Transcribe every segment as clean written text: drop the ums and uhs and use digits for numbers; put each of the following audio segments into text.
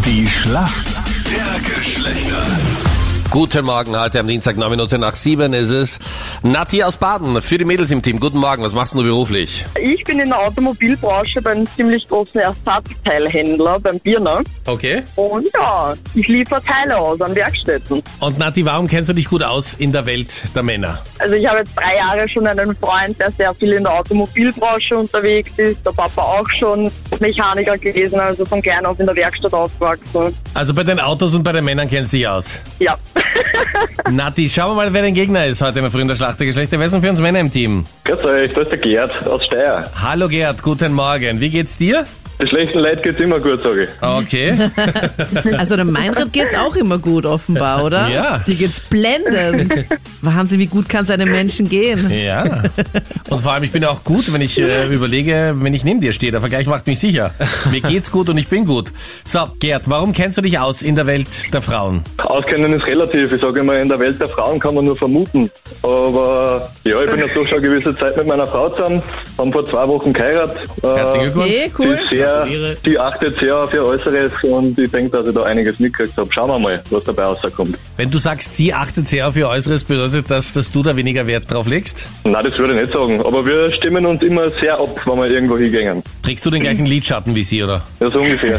Die Schlacht der Geschlechter. Guten Morgen, heute am Dienstag, 7:09 ist es. Nati aus Baden für die Mädels im Team. Guten Morgen, was machst du beruflich? Ich bin in der Automobilbranche bei einem ziemlich großen Ersatzteilhändler beim Birner. Okay. Und ja, ich liefere Teile aus an Werkstätten. Und Nati, warum kennst du dich gut aus in der Welt der Männer? Also ich habe jetzt 3 Jahre schon einen Freund, der sehr viel in der Automobilbranche unterwegs ist. Der Papa auch schon Mechaniker gewesen, also von klein auf in der Werkstatt aufgewachsen. Also bei den Autos und bei den Männern kennst du dich aus. Ja. Nati, schauen wir mal, wer dein Gegner ist heute in der frühen der Schlacht der Geschlechter. Wer sind für uns Männer im Team? Grüß euch, da ist der Gerd aus Steyr. Hallo Gerd, guten Morgen. Wie geht's dir? Die schlechten Leute geht's immer gut, sage ich. Okay. Also der Meinrad geht's auch immer gut, offenbar, oder? Ja. Dir geht's blendend. Wahnsinn, wie gut kann es einem Menschen gehen? Ja. Und vor allem, ich bin auch gut, wenn ich überlege, wenn ich neben dir stehe. Der Vergleich macht mich sicher. Mir geht's gut und ich bin gut. So, Gerd, warum kennst du dich aus in der Welt der Frauen? Auskennen ist relativ. Ich sage immer, in der Welt der Frauen kann man nur vermuten. Aber ja, ich bin jetzt doch schon eine gewisse Zeit mit meiner Frau zusammen. Haben vor 2 Wochen geheiratet. Herzlichen Glückwunsch. Okay, cool. Die achtet sehr auf ihr Äußeres und ich denke, dass ich da einiges mitgekriegt habe. Schauen wir mal, was dabei rauskommt. Wenn du sagst, sie achtet sehr auf ihr Äußeres, bedeutet das, dass du da weniger Wert drauf legst? Nein, das würde ich nicht sagen. Aber wir stimmen uns immer sehr ab, wenn wir irgendwo hingehen. Trägst du den gleichen Lidschatten wie sie, oder? Ja, so ungefähr.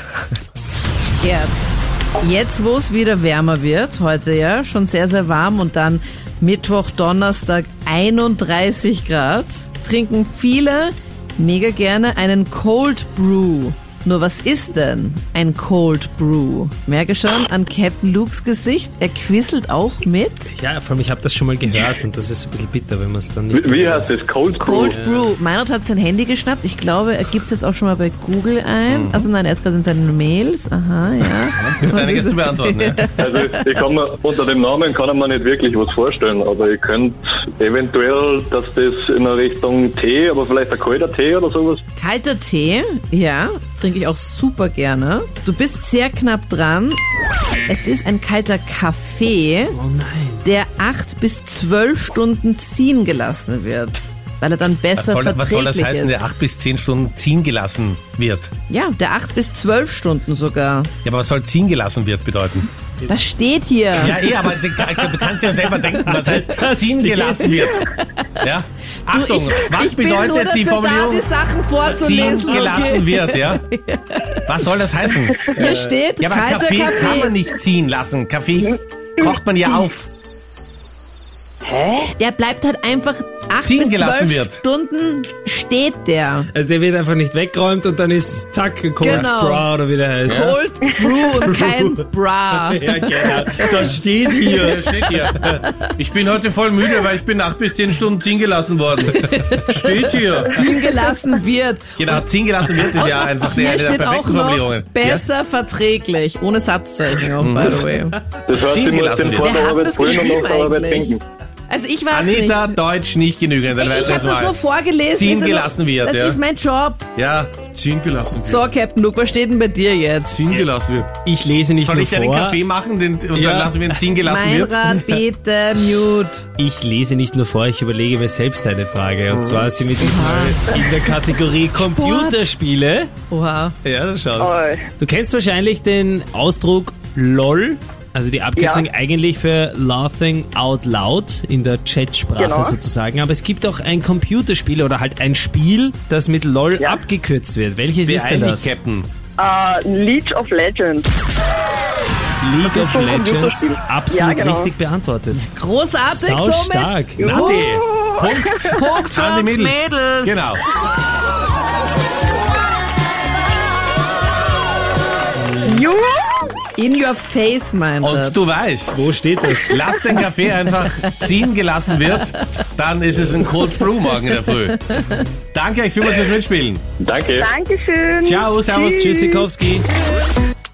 Gerd, jetzt wo es wieder wärmer wird, heute ja schon sehr, sehr warm und dann Mittwoch, Donnerstag 31 Grad, trinken viele mega gerne einen Cold Brew. Nur was ist denn ein Cold Brew? Merke schon an Captain Lukes Gesicht, er quisselt auch mit. Ja, vor allem, ich habe das schon mal gehört und das ist ein bisschen bitter, wenn man es dann nicht... Wie heißt das? Cold Brew? Cold Brew. Meinrad hat sein Handy geschnappt. Ich glaube, er gibt es jetzt auch schon mal bei Google ein. Also nein, er ist gerade in seinen Mails. Aha, ja. Gibt einiges zu beantworten, ja? Also ich kann mir, unter dem Namen kann ich mir nicht wirklich was vorstellen, aber ich könnte eventuell, dass das in der Richtung Tee, aber vielleicht ein kalter Tee oder sowas. Kalter Tee, ja, trinke ich auch super gerne. Du bist sehr knapp dran. Es ist ein kalter Kaffee, Oh nein. der 8 bis 12 Stunden ziehen gelassen wird, weil er dann besser Was soll das verträglich heißen, ist. der 8 bis 10 Stunden ziehen gelassen wird? Ja, der 8 bis 12 Stunden sogar. Ja, aber was soll ziehen gelassen wird bedeuten? Das steht hier. Ja, aber du kannst ja selber denken, was heißt ziehen gelassen wird. Ja? Achtung, was bedeutet die Formulierung die Sachen ziehen vorzulesen? gelassen wird, ja? Was soll das heißen? Hier steht, Ja, aber kalter Kaffee kann man nicht ziehen lassen. Kaffee kocht man ja auf. Der bleibt halt einfach 8 Ziehen bis gelassen 12 wird. Stunden steht der. Also der wird einfach nicht weggeräumt und dann ist zack, Cold Genau. Bra oder wie der heißt. Cold Brew und kein Bra. Ja, genau. Das steht hier. Ja, steht hier. Ich bin heute voll müde, weil ich bin 8 bis 10 Stunden ziehen gelassen worden. Steht hier. Ziehen gelassen wird. Genau, ziehen gelassen wird ist ja einfach Hier eine der steht auch perfekten noch Formulierungen. besser verträglich. Ohne Satzzeichen auch, by the way. Das heißt, Ziehen ich muss gelassen den wird. vor der Wer hat Arbeit das brüllen und geschrieben nach der Arbeit eigentlich? trinken. Also ich weiß Anita, nicht. Deutsch nicht genügend. Dann Ich weiter habe das mal. nur vorgelesen. Ziehen Ist ja gelassen wird, Das ja. ist mein Job. Ja, ziehen gelassen wird. So, Captain Luke, was steht denn bei dir jetzt? Ziehen gelassen wird. Ich lese nicht Soll nur ich dir den vor. Kaffee machen und Ja. dann lassen wir ihn ziehen gelassen wird? Meinrad, bitte, mute. Ich lese nicht nur vor, ich überlege mir selbst eine Frage. Und zwar sind wir diesmal in der Kategorie Computerspiele. Oha. Ja, du schaust. Oh, Du kennst wahrscheinlich den Ausdruck LOL, also die Abkürzung Ja. eigentlich für Laughing Out Loud in der Chatsprache Genau. sozusagen. Aber es gibt auch ein Computerspiel oder halt ein Spiel, das mit LOL Ja. abgekürzt wird. Welches ist denn Beeil das? dich, Captain. League of Legends. League of so ein Legends. Computerspiel. Absolut Ja, genau. richtig beantwortet. Großartig, Sau somit. stark. Nati, Punkt Punkt an die für Mädels. Mädels. Genau. Juhu! In your face, Meinrad. Und du weißt, Wo steht das? lass den Kaffee einfach ziehen gelassen wird, dann ist es ein Cold Brew morgen in der Früh. Danke euch vielmals fürs Mitspielen. Danke. Dankeschön. Ciao, servus, Tschüssikowski.